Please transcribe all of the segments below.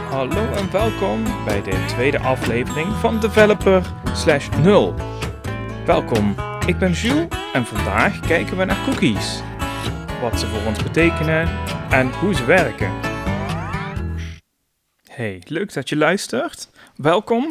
Hallo en welkom bij de tweede aflevering van Developer/0. Welkom, ik ben Jules en vandaag kijken we naar cookies. Wat ze voor ons betekenen en hoe ze werken. Hey, leuk dat je luistert. Welkom.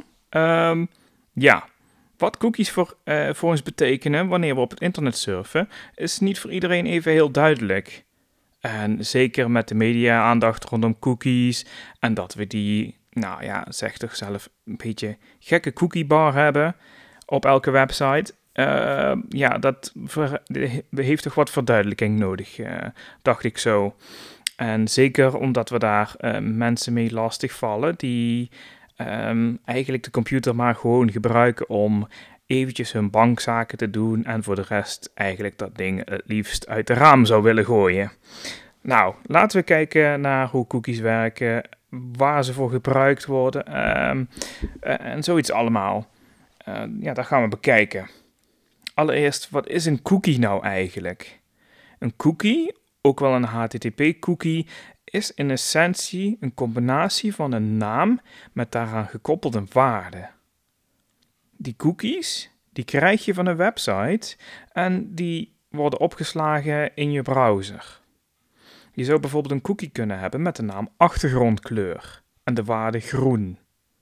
Wat cookies voor ons betekenen wanneer we op het internet surfen, is niet voor iedereen even heel duidelijk. En zeker met de media-aandacht rondom cookies en dat we die, zeg toch zelf, een beetje gekke cookiebar hebben op elke website. Dat heeft toch wat verduidelijking nodig, dacht ik zo. En zeker omdat we daar mensen mee lastigvallen die eigenlijk de computer maar gewoon gebruiken om eventjes hun bankzaken te doen en voor de rest eigenlijk dat ding het liefst uit de raam zou willen gooien. Nou, laten we kijken naar hoe cookies werken, waar ze voor gebruikt worden en zoiets allemaal. Dat gaan we bekijken. Allereerst, wat is een cookie nou eigenlijk? Een cookie, ook wel een HTTP-cookie, is in essentie een combinatie van een naam met daaraan gekoppelde waarden. Die cookies, die krijg je van een website en die worden opgeslagen in je browser. Je zou bijvoorbeeld een cookie kunnen hebben met de naam achtergrondkleur en de waarde groen.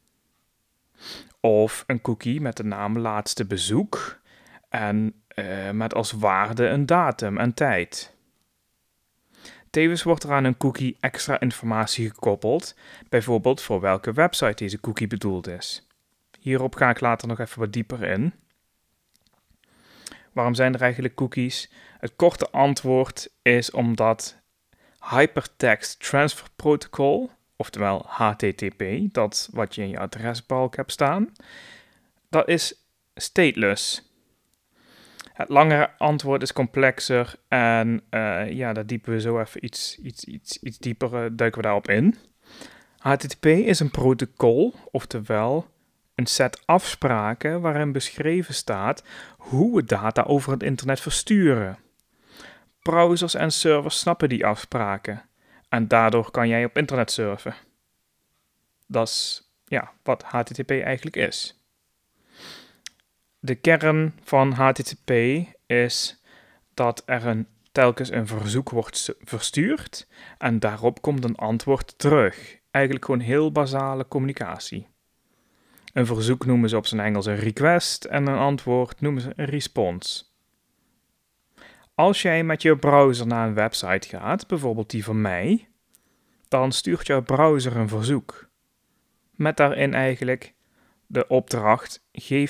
Of een cookie met de naam laatste bezoek en met als waarde een datum en tijd. Tevens wordt er aan een cookie extra informatie gekoppeld, bijvoorbeeld voor welke website deze cookie bedoeld is. Hierop ga ik later nog even wat dieper in. Waarom zijn er eigenlijk cookies? Het korte antwoord is omdat Hypertext Transfer Protocol, oftewel HTTP, dat wat je in je adresbalk hebt staan, dat is stateless. Het langere antwoord is complexer en daar diepen we zo even iets dieper, duiken we daarop in. HTTP is een protocol, oftewel een set afspraken waarin beschreven staat hoe we data over het internet versturen. Browsers en servers snappen die afspraken en daardoor kan jij op internet surfen. Dat is wat HTTP eigenlijk is. De kern van HTTP is dat er telkens een verzoek wordt verstuurd en daarop komt een antwoord terug. Eigenlijk gewoon heel basale communicatie. Een verzoek noemen ze op zijn Engels een request en een antwoord noemen ze een response. Als jij met je browser naar een website gaat, bijvoorbeeld die van mij, dan stuurt jouw browser een verzoek. Met daarin eigenlijk de opdracht,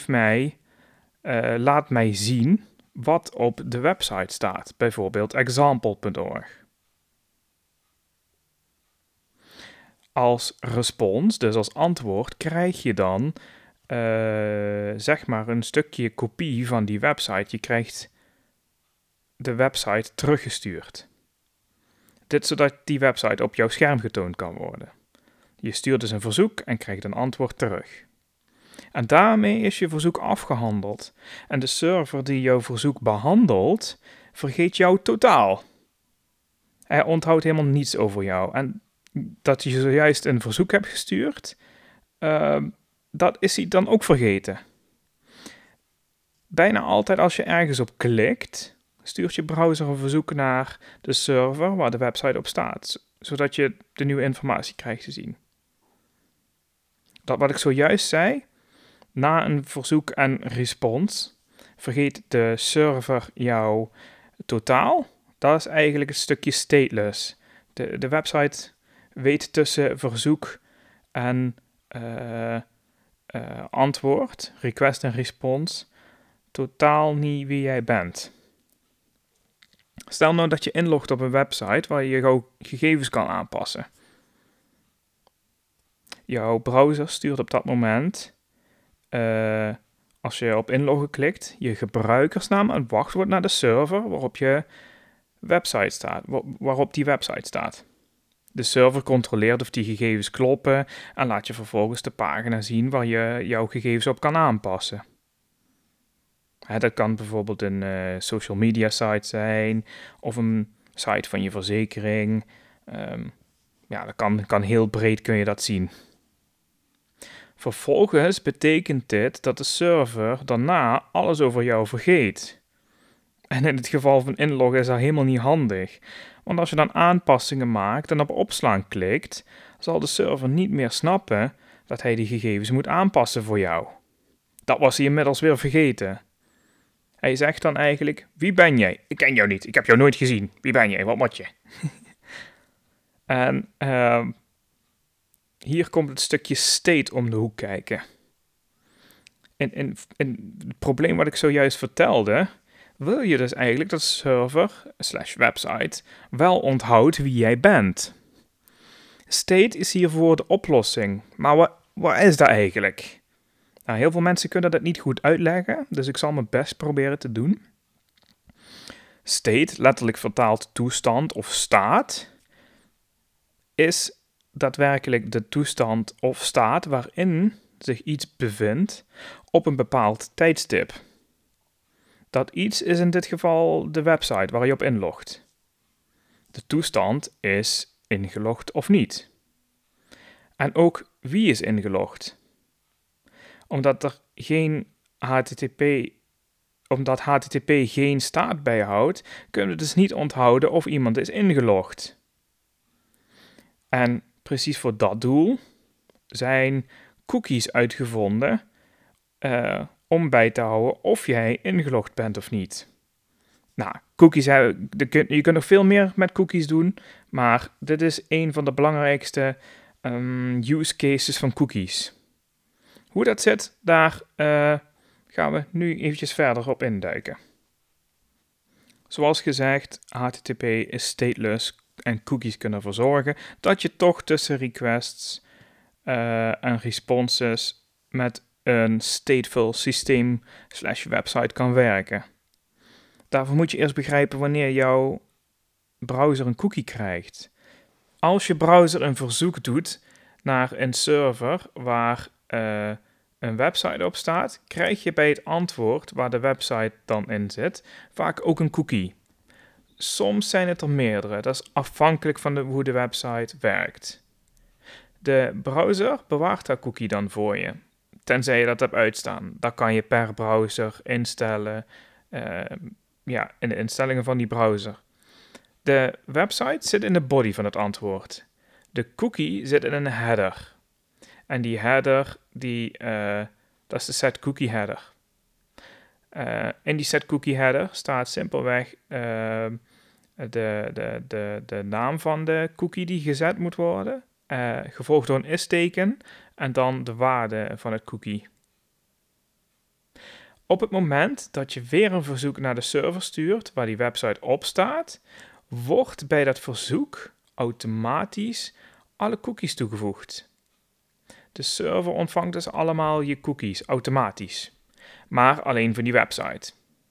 laat mij zien wat op de website staat, bijvoorbeeld example.org. Als respons, dus als antwoord, krijg je dan een stukje kopie van die website. Je krijgt de website teruggestuurd. Dit zodat die website op jouw scherm getoond kan worden. Je stuurt dus een verzoek en krijgt een antwoord terug. En daarmee is je verzoek afgehandeld. En de server die jouw verzoek behandelt, vergeet jou totaal. Hij onthoudt helemaal niets over jou. En dat je zojuist een verzoek hebt gestuurd, dat is hij dan ook vergeten. Bijna altijd als je ergens op klikt, stuurt je browser een verzoek naar de server waar de website op staat, zodat je de nieuwe informatie krijgt te zien. Dat wat ik zojuist zei, na een verzoek en respons, vergeet de server jou totaal. Dat is eigenlijk een stukje stateless. De website weet tussen verzoek en antwoord, request en respons, totaal niet wie jij bent. Stel nou dat je inlogt op een website waar je jouw gegevens kan aanpassen. Jouw browser stuurt op dat moment, als je op inloggen klikt, je gebruikersnaam en wachtwoord naar de server waarop je website staat, waarop die website staat. De server controleert of die gegevens kloppen en laat je vervolgens de pagina zien waar je jouw gegevens op kan aanpassen. Dat kan bijvoorbeeld een social media site zijn of een site van je verzekering. Ja, dat kan heel breed kun je dat zien. Vervolgens betekent dit dat de server daarna alles over jou vergeet. En in het geval van inloggen is dat helemaal niet handig. Want als je dan aanpassingen maakt en op opslaan klikt, zal de server niet meer snappen dat hij die gegevens moet aanpassen voor jou. Dat was hij inmiddels weer vergeten. Hij zegt dan eigenlijk, wie ben jij? Ik ken jou niet, ik heb jou nooit gezien. Wie ben jij, wat moet je? En hier komt het stukje state om de hoek kijken. En het probleem wat ik zojuist vertelde, wil je dus eigenlijk dat server/website wel onthoudt wie jij bent. State is hiervoor de oplossing, maar wat is dat eigenlijk? Nou, heel veel mensen kunnen dat niet goed uitleggen, dus ik zal mijn best proberen te doen. State, letterlijk vertaald toestand of staat, is daadwerkelijk de toestand of staat waarin zich iets bevindt op een bepaald tijdstip. Dat iets is in dit geval de website waar je op inlogt. De toestand is ingelogd of niet. En ook wie is ingelogd. Omdat HTTP geen staat bijhoudt, kunnen we dus niet onthouden of iemand is ingelogd. En precies voor dat doel zijn cookies uitgevonden om bij te houden of jij ingelogd bent of niet. Nou, cookies je kunt nog veel meer met cookies doen, maar dit is een van de belangrijkste use cases van cookies. Hoe dat zit, daar gaan we nu eventjes verder op induiken. Zoals gezegd, HTTP is stateless en cookies kunnen ervoor zorgen dat je toch tussen requests en responses met een stateful systeem/website kan werken. Daarvoor moet je eerst begrijpen wanneer jouw browser een cookie krijgt. Als je browser een verzoek doet naar een server waar een website op staat, krijg je bij het antwoord waar de website dan in zit, vaak ook een cookie. Soms zijn het er meerdere, dat is afhankelijk van hoe de website werkt. De browser bewaart dat cookie dan voor je, tenzij je dat hebt uitstaan. Dat kan je per browser instellen, in de instellingen van die browser. De website zit in de body van het antwoord. De cookie zit in een header. En die header, dat is de setCookie header. In die setCookie header staat simpelweg de naam van de cookie die gezet moet worden, gevolgd door een is-teken en dan de waarde van het cookie. Op het moment dat je weer een verzoek naar de server stuurt waar die website op staat, wordt bij dat verzoek automatisch alle cookies toegevoegd. De server ontvangt dus allemaal je cookies automatisch, maar alleen van die website.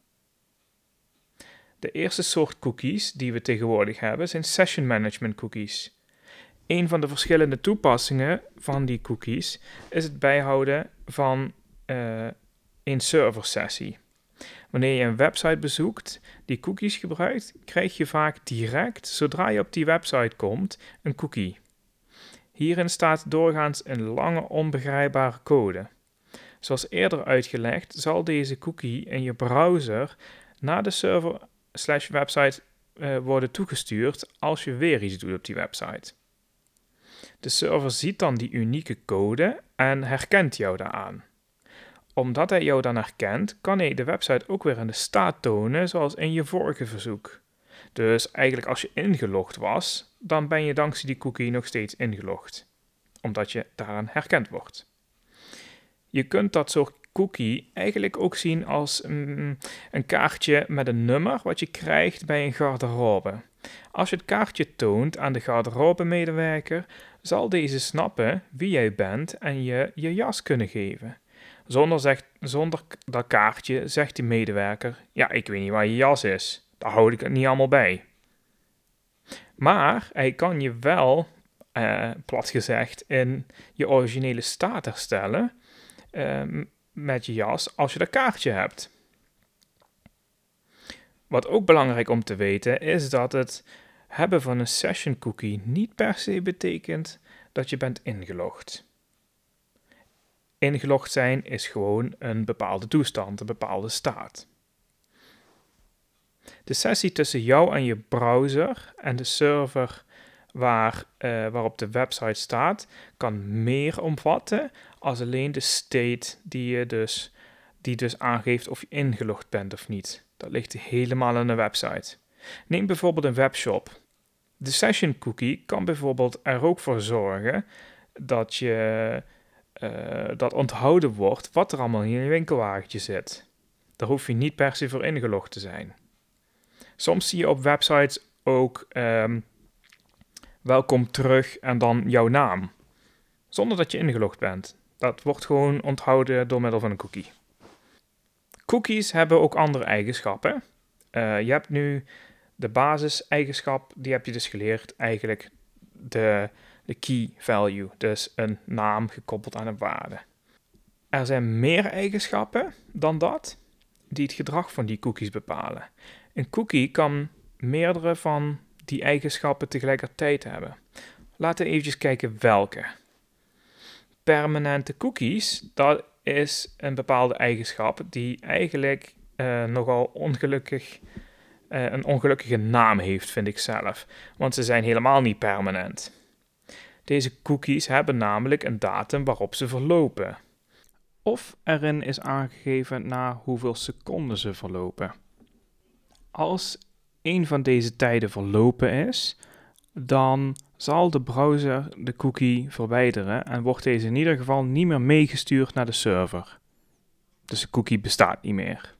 De eerste soort cookies die we tegenwoordig hebben zijn session management cookies. Een van de verschillende toepassingen van die cookies is het bijhouden van een serversessie. Wanneer je een website bezoekt die cookies gebruikt, krijg je vaak direct, zodra je op die website komt, een cookie. Hierin staat doorgaans een lange onbegrijpbare code. Zoals eerder uitgelegd, zal deze cookie in je browser naar de server/website worden toegestuurd als je weer iets doet op die website. De server ziet dan die unieke code en herkent jou daaraan. Omdat hij jou dan herkent, kan hij de website ook weer in de staat tonen zoals in je vorige verzoek. Dus eigenlijk als je ingelogd was, dan ben je dankzij die cookie nog steeds ingelogd. Omdat je daaraan herkend wordt. Je kunt dat soort cookie eigenlijk ook zien als een kaartje met een nummer wat je krijgt bij een garderobe. Als je het kaartje toont aan de garderobe-medewerker, zal deze snappen wie jij bent en je jas kunnen geven. Zonder dat kaartje zegt die medewerker, ja, ik weet niet waar je jas is. Daar houd ik het niet allemaal bij. Maar hij kan je wel, plat gezegd, in je originele staat herstellen met je jas als je dat kaartje hebt. Wat ook belangrijk om te weten is dat het hebben van een session cookie niet per se betekent dat je bent ingelogd. Ingelogd zijn is gewoon een bepaalde toestand, een bepaalde staat. De sessie tussen jou en je browser en de server waarop de website staat, kan meer omvatten als alleen de state die dus aangeeft of je ingelogd bent of niet. Dat ligt helemaal aan de website. Neem bijvoorbeeld een webshop. De session cookie kan bijvoorbeeld er ook voor zorgen dat onthouden wordt wat er allemaal in je winkelwagentje zit. Daar hoef je niet per se voor ingelogd te zijn. Soms zie je op websites ook welkom terug en dan jouw naam. Zonder dat je ingelogd bent. Dat wordt gewoon onthouden door middel van een cookie. Cookies hebben ook andere eigenschappen. Je hebt nu de basiseigenschap, die heb je dus geleerd, eigenlijk de key value. Dus een naam gekoppeld aan een waarde. Er zijn meer eigenschappen dan dat, die het gedrag van die cookies bepalen. Een cookie kan meerdere van die eigenschappen tegelijkertijd hebben. Laten we even kijken welke. Permanente cookies, dat is een bepaalde eigenschap die eigenlijk nogal een ongelukkige naam heeft, vind ik zelf. Want ze zijn helemaal niet permanent. Deze cookies hebben namelijk een datum waarop ze verlopen. Of erin is aangegeven na hoeveel seconden ze verlopen. Als een van deze tijden verlopen is, dan zal de browser de cookie verwijderen en wordt deze in ieder geval niet meer meegestuurd naar de server. Dus de cookie bestaat niet meer.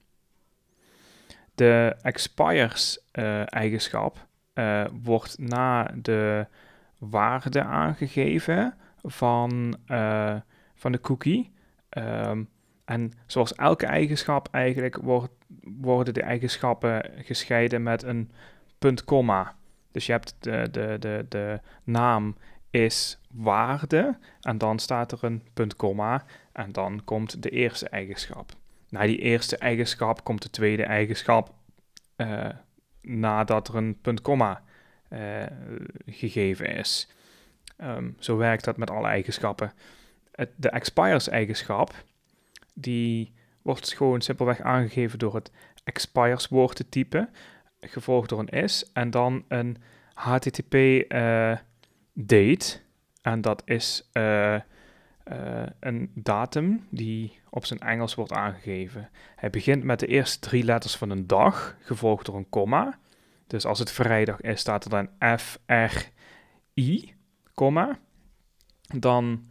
De expires eigenschap wordt na de waarde aangegeven van de cookie. En zoals elke eigenschap eigenlijk worden de eigenschappen gescheiden met een punt, komma. Dus je hebt de naam is waarde en dan staat er een punt, komma en dan komt de eerste eigenschap. Na die eerste eigenschap komt de tweede eigenschap nadat er een punt, komma gegeven is. Zo werkt dat met alle eigenschappen. De expires eigenschap, die wordt gewoon simpelweg aangegeven door het expires woord te typen, gevolgd door een is en dan een HTTP date. En dat is een datum die op zijn Engels wordt aangegeven. Hij begint met de eerste 3 letters van een dag, gevolgd door een komma. Dus als het vrijdag is, staat er dan FRI, komma. Dan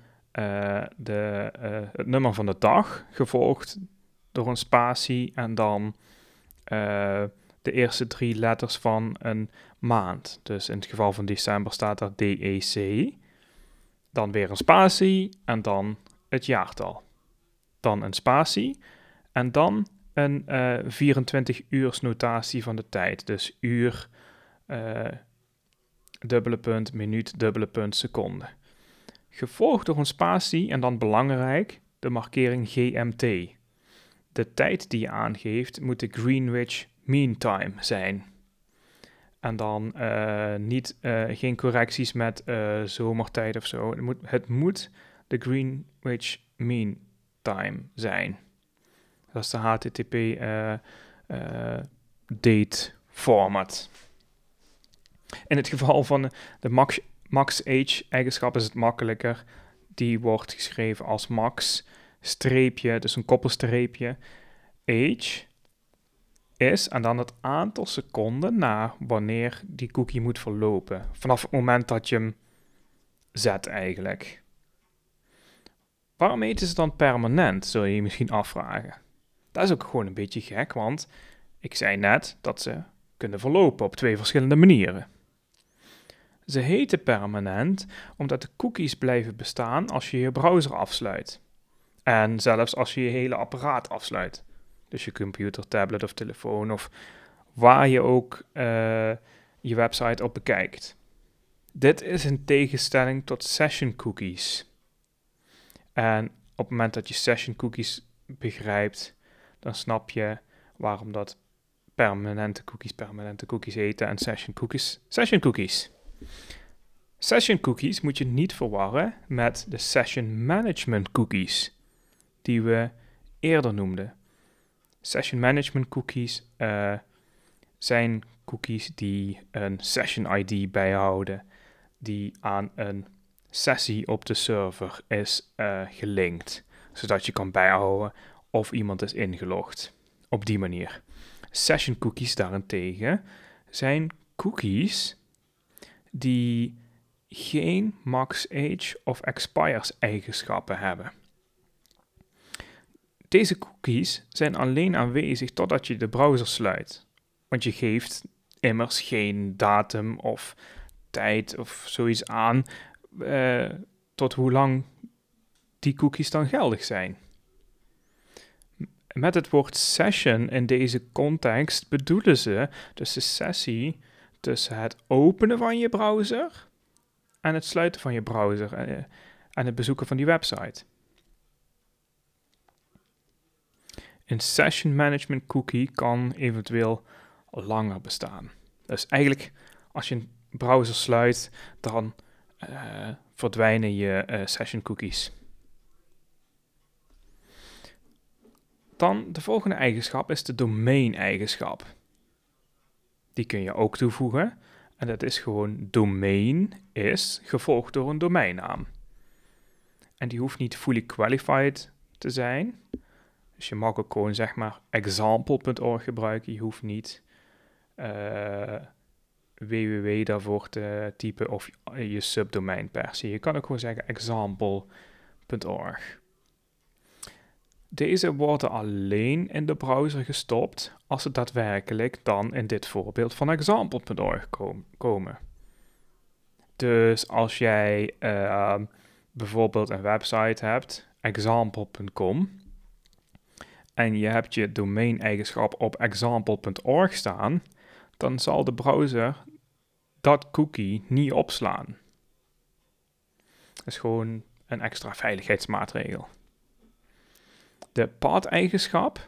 het nummer van de dag, gevolgd door een spatie en dan de eerste 3 letters van een maand. Dus in het geval van december staat er DEC, dan weer een spatie en dan het jaartal. Dan een spatie en dan een 24-uurs notatie van de tijd. Dus uur, dubbele punt, minuut, dubbele punt, seconde. Gevolgd door een spatie en dan belangrijk, de markering GMT. De tijd die je aangeeft moet de Greenwich Mean Time zijn. En dan geen correcties met zomertijd of zo. Het moet de Greenwich Mean Time zijn. Dat is de HTTP date format. In het geval van de max age eigenschap is het makkelijker. Die wordt geschreven als max streepje, dus een koppelstreepje, age is en dan het aantal seconden na wanneer die cookie moet verlopen. Vanaf het moment dat je hem zet eigenlijk. Waarom heten ze dan permanent, zul je je misschien afvragen. Dat is ook gewoon een beetje gek, want ik zei net dat ze kunnen verlopen op 2 verschillende manieren. Ze heten permanent omdat de cookies blijven bestaan als je je browser afsluit. En zelfs als je je hele apparaat afsluit. Dus je computer, tablet of telefoon of waar je ook je website op bekijkt. Dit is in tegenstelling tot session cookies. En op het moment dat je session cookies begrijpt, dan snap je waarom dat permanente cookies heten en session cookies. Session cookies moet je niet verwarren met de session management cookies, die we eerder noemden. Session management cookies zijn cookies die een session ID bijhouden, die aan een sessie op de server is gelinkt, zodat je kan bijhouden of iemand is ingelogd. Op die manier. Session cookies daarentegen zijn cookies die geen max age of expires eigenschappen hebben. Deze cookies zijn alleen aanwezig totdat je de browser sluit. Want je geeft immers geen datum of tijd of zoiets aan tot hoe lang die cookies dan geldig zijn. Met het woord session in deze context bedoelen ze dus de sessie tussen het openen van je browser en het sluiten van je browser en het bezoeken van die website. Een session management cookie kan eventueel langer bestaan. Dus eigenlijk, als je een browser sluit, dan verdwijnen je session cookies. Dan de volgende eigenschap is de domain-eigenschap. Die kun je ook toevoegen. En dat is gewoon domain is gevolgd door een domeinnaam. En die hoeft niet fully qualified te zijn. Dus je mag ook gewoon zeg maar example.org gebruiken. Je hoeft niet www daarvoor te typen of je subdomein per se. Je kan ook gewoon zeggen example.org. Deze worden alleen in de browser gestopt als ze daadwerkelijk dan in dit voorbeeld van example.org komen. Dus als jij bijvoorbeeld een website hebt, example.com, en je hebt je domain-eigenschap op example.org staan, dan zal de browser dat cookie niet opslaan. Dat is gewoon een extra veiligheidsmaatregel. De path-eigenschap,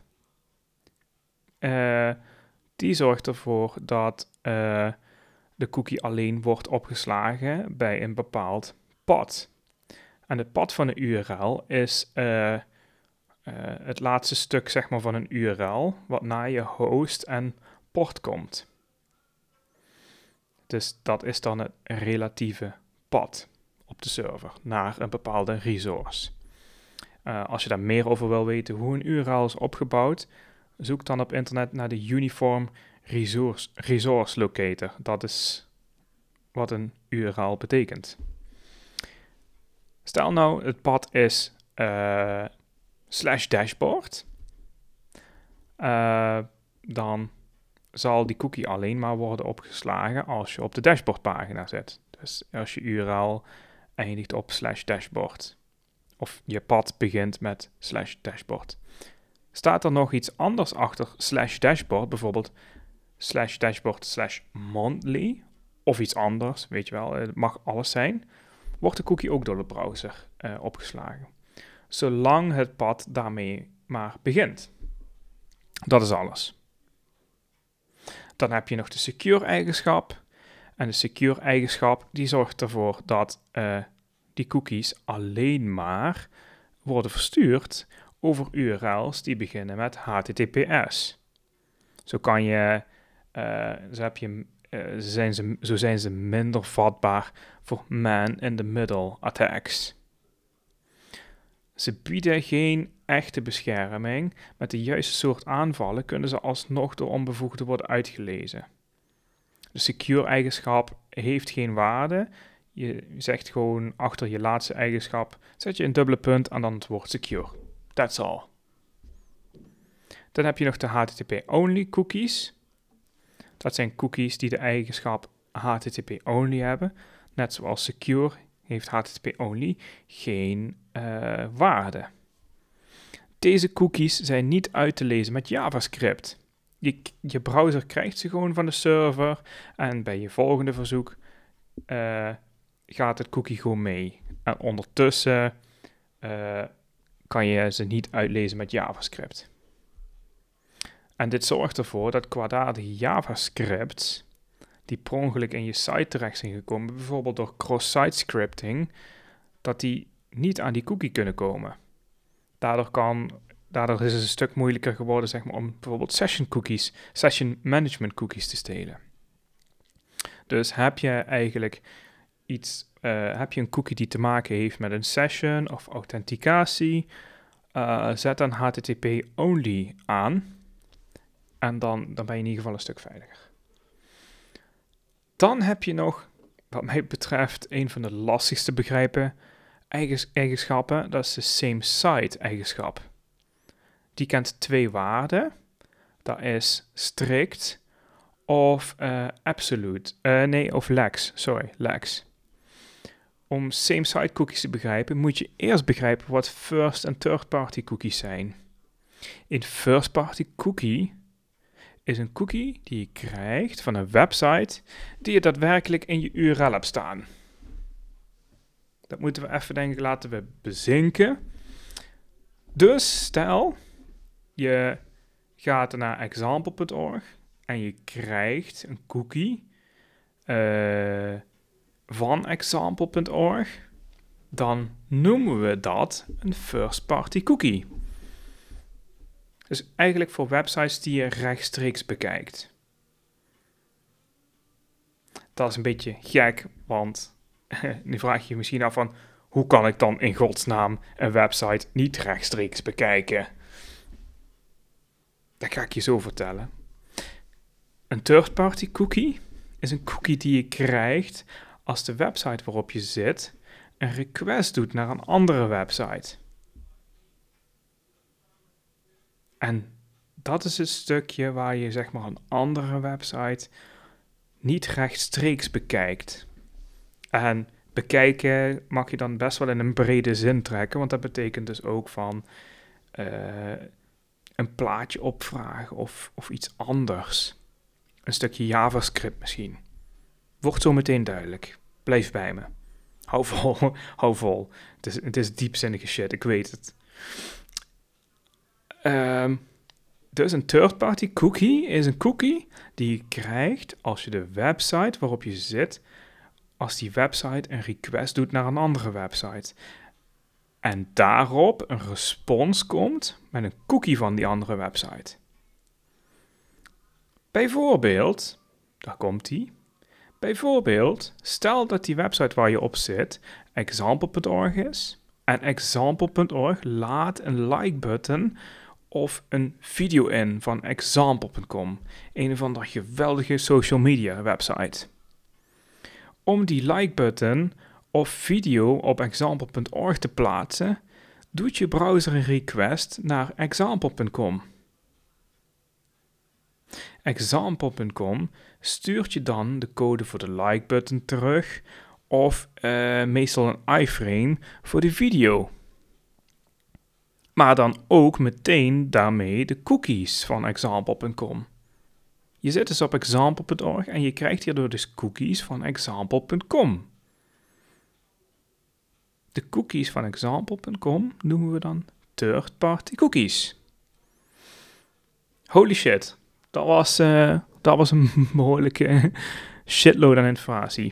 die zorgt ervoor dat de cookie alleen wordt opgeslagen bij een bepaald pad. En het pad van een URL is het laatste stuk zeg maar, van een URL wat naar je host en port komt. Dus dat is dan het relatieve pad op de server naar een bepaalde resource. Als je daar meer over wil weten hoe een URL is opgebouwd, zoek dan op internet naar de Uniform Resource Locator. Dat is wat een URL betekent. Stel nou, het pad is /dashboard. Dan zal die cookie alleen maar worden opgeslagen als je op de dashboardpagina zit. Dus als je URL eindigt op /dashboard. Of je pad begint met /dashboard. Staat er nog iets anders achter /dashboard, bijvoorbeeld /dashboard/monthly, of iets anders, weet je wel, het mag alles zijn, wordt de cookie ook door de browser opgeslagen. Zolang het pad daarmee maar begint. Dat is alles. Dan heb je nog de secure-eigenschap. En de secure-eigenschap die zorgt ervoor dat die cookies alleen maar worden verstuurd over URL's die beginnen met HTTPS. Zo kan je, zo zijn ze minder vatbaar voor man-in-the-middle attacks. Ze bieden geen echte bescherming. Met de juiste soort aanvallen kunnen ze alsnog door onbevoegden worden uitgelezen. De secure-eigenschap heeft geen waarde. Je zegt gewoon achter je laatste eigenschap, zet je een dubbele punt en dan het woord secure. That's all. Dan heb je nog de HTTP-only cookies. Dat zijn cookies die de eigenschap HTTP-only hebben. Net zoals secure heeft HTTP-only geen waarde. Deze cookies zijn niet uit te lezen met JavaScript. Je browser krijgt ze gewoon van de server en bij je volgende verzoek gaat het cookie gewoon mee. En ondertussen kan je ze niet uitlezen met JavaScript. En dit zorgt ervoor dat kwaadaardige JavaScripts die per ongeluk in je site terecht zijn gekomen, bijvoorbeeld door cross-site scripting, dat die niet aan die cookie kunnen komen. Daardoor is het een stuk moeilijker geworden, zeg maar, om bijvoorbeeld session management cookies te stelen. Dus heb je eigenlijk heb je een cookie die te maken heeft met een session of authenticatie, zet dan HTTP only aan en dan ben je in ieder geval een stuk veiliger. Dan heb je nog, wat mij betreft, een van de lastigste begrijpen eigenschappen, dat is de same site eigenschap. Die kent 2 waarden, dat is strict of absolute, of lax. Om same-site cookies te begrijpen, moet je eerst begrijpen wat first- en third-party cookies zijn. Een first-party cookie is een cookie die je krijgt van een website die je daadwerkelijk in je URL hebt staan. Dat moeten we even, denk ik, laten we bezinken. Dus stel, je gaat naar example.org en je krijgt een cookie van example.org, dan noemen we dat een first-party cookie. Dus eigenlijk voor websites die je rechtstreeks bekijkt. Dat is een beetje gek, want nu vraag je je misschien af van, hoe kan ik dan in godsnaam een website niet rechtstreeks bekijken? Dat ga ik je zo vertellen. Een third-party cookie is een cookie die je krijgt als de website waarop je zit een request doet naar een andere website. En dat is het stukje waar je, zeg maar, een andere website niet rechtstreeks bekijkt. En bekijken mag je dan best wel in een brede zin trekken, want dat betekent dus ook van een plaatje opvragen of iets anders. Een stukje JavaScript misschien. Wordt zo meteen duidelijk. Blijf bij me. Hou vol. Het is diepzinnige shit, ik weet het. Dus een third-party cookie is een cookie die je krijgt als je de website waarop je zit, als die website een request doet naar een andere website. En daarop een respons komt met een cookie van die andere website. Bijvoorbeeld, daar komt die. Bijvoorbeeld, stel dat die website waar je op zit example.org is en example.org laat een like-button of een video in van example.com, een of andere geweldige social media website. Om die like-button of video op example.org te plaatsen, doet je browser een request naar example.com. Example.com stuurt je dan de code voor de like-button terug of meestal een iframe voor de video. Maar dan ook meteen daarmee de cookies van example.com. Je zit dus op example.org en je krijgt hierdoor dus cookies van example.com. De cookies van example.com noemen we dan third-party cookies. Holy shit, dat was een behoorlijke shitload aan informatie.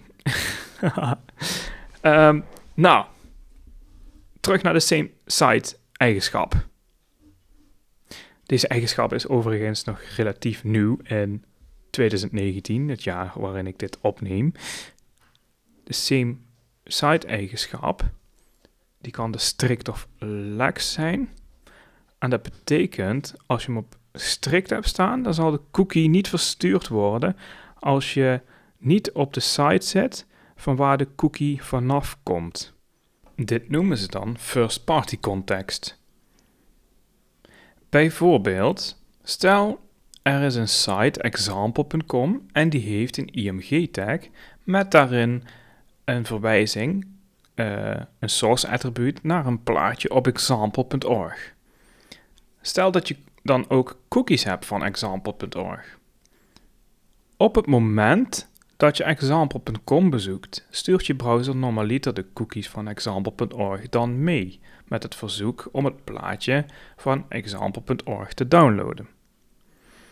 Nou, terug naar de same site eigenschap. Deze eigenschap is overigens nog relatief nieuw in 2019, het jaar waarin ik dit opneem. De same site eigenschap, die kan de strict of lax zijn. En dat betekent, als je hem op strict hebt staan, dan zal de cookie niet verstuurd worden als je niet op de site zit van waar de cookie vanaf komt. Dit noemen ze dan first party context. Bijvoorbeeld, stel er is een site example.com en die heeft een IMG tag met daarin een verwijzing, een source attribuut naar een plaatje op example.org. Stel dat je dan ook cookies hebt van example.org. Op het moment dat je example.com bezoekt, stuurt je browser normaliter de cookies van example.org dan mee met het verzoek om het plaatje van example.org te downloaden.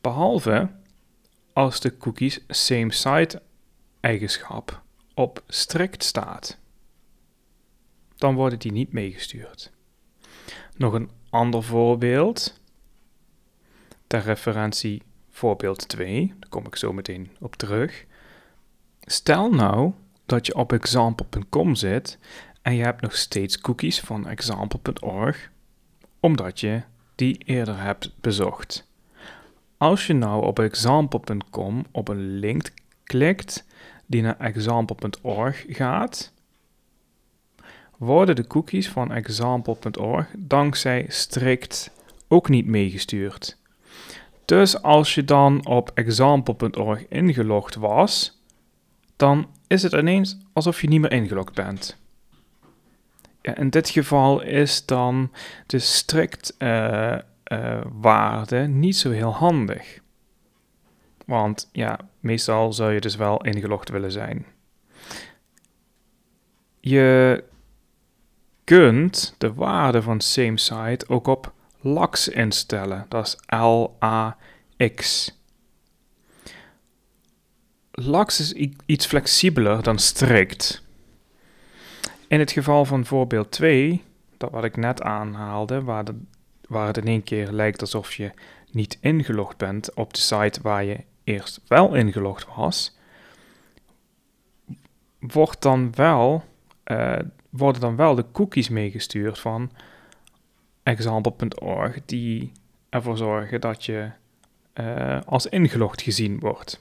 behalve als de cookies same site eigenschap op strict staat. Dan worden die niet meegestuurd. Nog een ander voorbeeld, ter referentie voorbeeld 2, daar kom ik zo meteen op terug. Stel nou dat je op example.com zit en je hebt nog steeds cookies van example.org, omdat je die eerder hebt bezocht. Als je nou op example.com op een link klikt die naar example.org gaat, worden de cookies van example.org dankzij strict ook niet meegestuurd. Dus als je dan op example.org ingelogd was, dan is het ineens alsof je niet meer ingelogd bent. Ja, in dit geval is dan de strict waarde niet zo heel handig. Want ja, meestal zou je dus wel ingelogd willen zijn. Je kunt de waarde van same site ook op lax instellen. Dat is L-A-X. Lax is iets flexibeler dan strict. In het geval van voorbeeld 2, dat wat ik net aanhaalde, waar het in één keer lijkt alsof je niet ingelogd bent op de site waar je eerst wel ingelogd was, worden dan wel de cookies meegestuurd van example.org die ervoor zorgen dat je als ingelogd gezien wordt.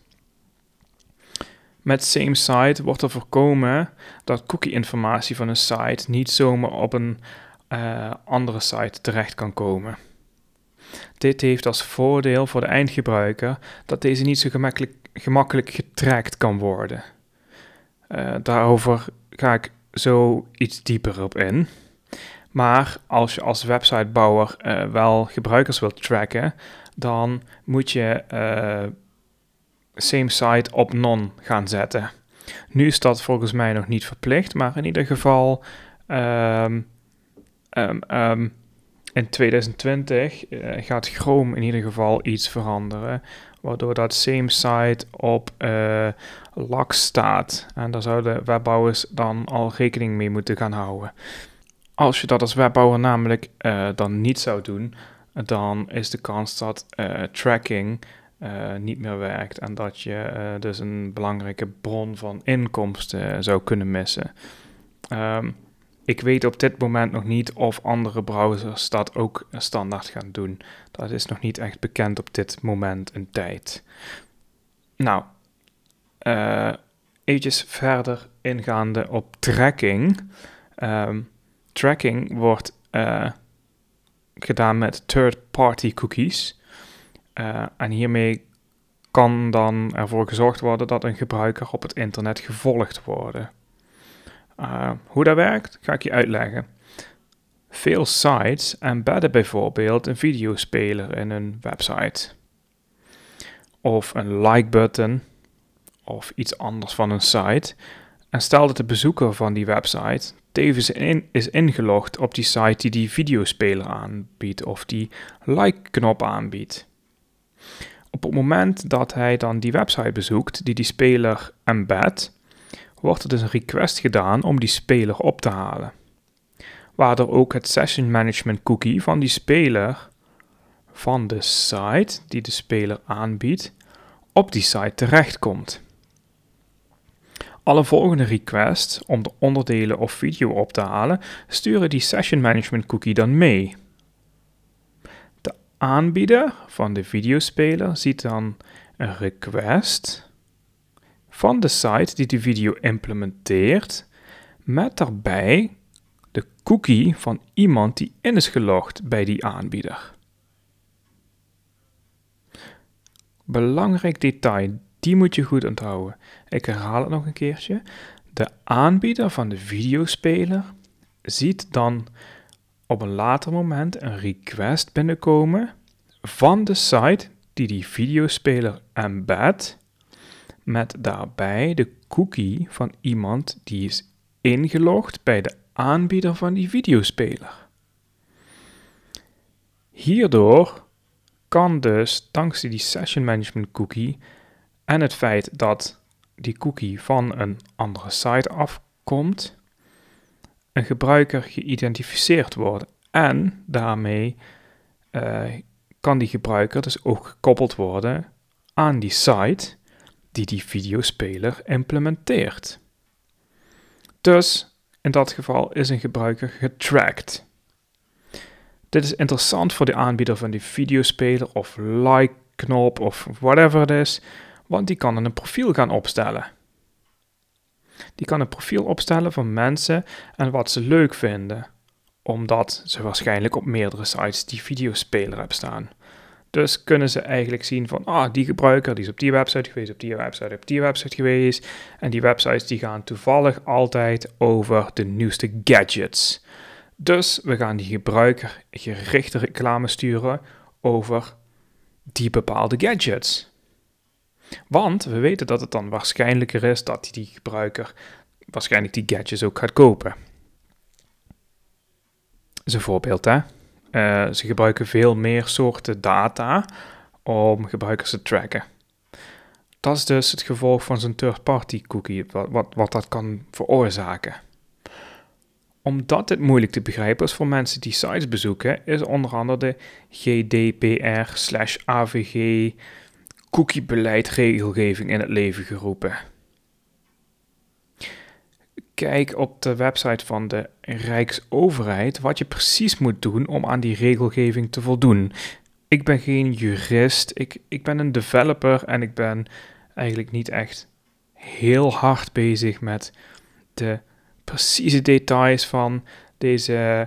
Met same site wordt er voorkomen dat cookie-informatie van een site niet zomaar op een andere site terecht kan komen. Dit heeft als voordeel voor de eindgebruiker dat deze niet zo gemakkelijk getrackt kan worden. Daarover ga ik zo iets dieper op in. Maar als je als websitebouwer wel gebruikers wilt tracken, dan moet je same site op none gaan zetten. Nu is dat volgens mij nog niet verplicht, maar in ieder geval in 2020 gaat Chrome in ieder geval iets veranderen, waardoor dat same site op lax staat. En daar zouden webbouwers dan al rekening mee moeten gaan houden. Als je dat als webbouwer namelijk dan niet zou doen, dan is de kans dat tracking niet meer werkt en dat je dus een belangrijke bron van inkomsten zou kunnen missen. Ik weet op dit moment nog niet of andere browsers dat ook standaard gaan doen. Dat is nog niet echt bekend op dit moment in tijd. Nou, eventjes verder ingaande op tracking. Tracking wordt gedaan met third-party cookies. En hiermee kan dan ervoor gezorgd worden dat een gebruiker op het internet gevolgd wordt. Hoe dat werkt, ga ik je uitleggen. Veel sites embedden bijvoorbeeld een videospeler in hun website. Of een like-button, of iets anders van een site. En stel dat de bezoeker van die website tevens is ingelogd op die site die videospeler aanbiedt, of die like-knop aanbiedt. Op het moment dat hij dan die website bezoekt die speler embed, wordt er dus een request gedaan om die speler op te halen. Waardoor ook het session management cookie van die speler van de site die de speler aanbiedt, op die site terechtkomt. Alle volgende requests om de onderdelen of video op te halen, sturen die session management cookie dan mee. De aanbieder van de videospeler ziet dan een request van de site die de video implementeert, met daarbij de cookie van iemand die in is gelogd bij die aanbieder. Belangrijk detail, die moet je goed onthouden. Ik herhaal het nog een keertje. De aanbieder van de videospeler ziet dan op een later moment een request binnenkomen van de site die videospeler embed, met daarbij de cookie van iemand die is ingelogd bij de aanbieder van die videospeler. Hierdoor kan dus dankzij die session management cookie en het feit dat die cookie van een andere site afkomt, een gebruiker geïdentificeerd worden. En daarmee kan die gebruiker dus ook gekoppeld worden aan die site die videospeler implementeert. Dus in dat geval is een gebruiker getracked. Dit is interessant voor de aanbieder van die videospeler of like-knop of whatever het is, want die kan een profiel gaan opstellen. Die kan een profiel opstellen van mensen en wat ze leuk vinden, omdat ze waarschijnlijk op meerdere sites die videospeler hebben staan. Dus kunnen ze eigenlijk zien van, die gebruiker die is op die website geweest, op die website geweest. En die websites die gaan toevallig altijd over de nieuwste gadgets. Dus we gaan die gebruiker gerichte reclame sturen over die bepaalde gadgets. Want we weten dat het dan waarschijnlijker is dat die gebruiker waarschijnlijk die gadgets ook gaat kopen. Dat is een voorbeeld, hè. Ze gebruiken veel meer soorten data om gebruikers te tracken. Dat is dus het gevolg van zo'n third-party cookie, wat dat kan veroorzaken. Omdat dit moeilijk te begrijpen is voor mensen die sites bezoeken, is onder andere de GDPR/AVG cookiebeleid regelgeving in het leven geroepen. Kijk op de website van de Rijksoverheid wat je precies moet doen om aan die regelgeving te voldoen. Ik ben geen jurist, ik ben een developer en ik ben eigenlijk niet echt heel hard bezig met de precieze details van deze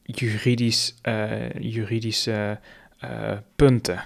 juridische punten.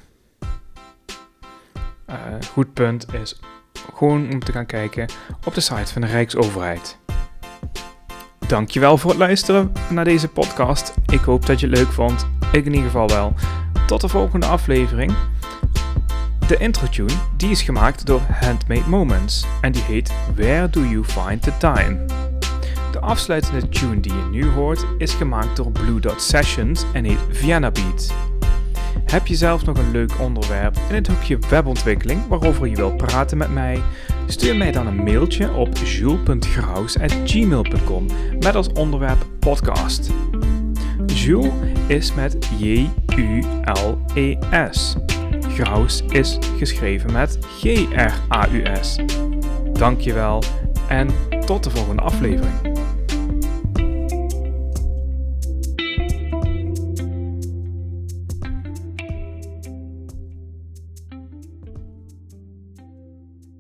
Goed punt is gewoon om te gaan kijken op de site van de Rijksoverheid. Dankjewel voor het luisteren naar deze podcast. Ik hoop dat je het leuk vond. Ik in ieder geval wel. Tot de volgende aflevering. De intro-tune die is gemaakt door Handmade Moments en die heet Where Do You Find the Time? De afsluitende tune die je nu hoort is gemaakt door Blue Dot Sessions en heet Vienna Beat. Heb je zelf nog een leuk onderwerp in het hoekje webontwikkeling waarover je wilt praten met mij? Stuur mij dan een mailtje op jules.graus@gmail.com met als onderwerp podcast. Jules is met J-U-L-E-S. Graus is geschreven met G-R-A-U-S. Dankjewel en tot de volgende aflevering.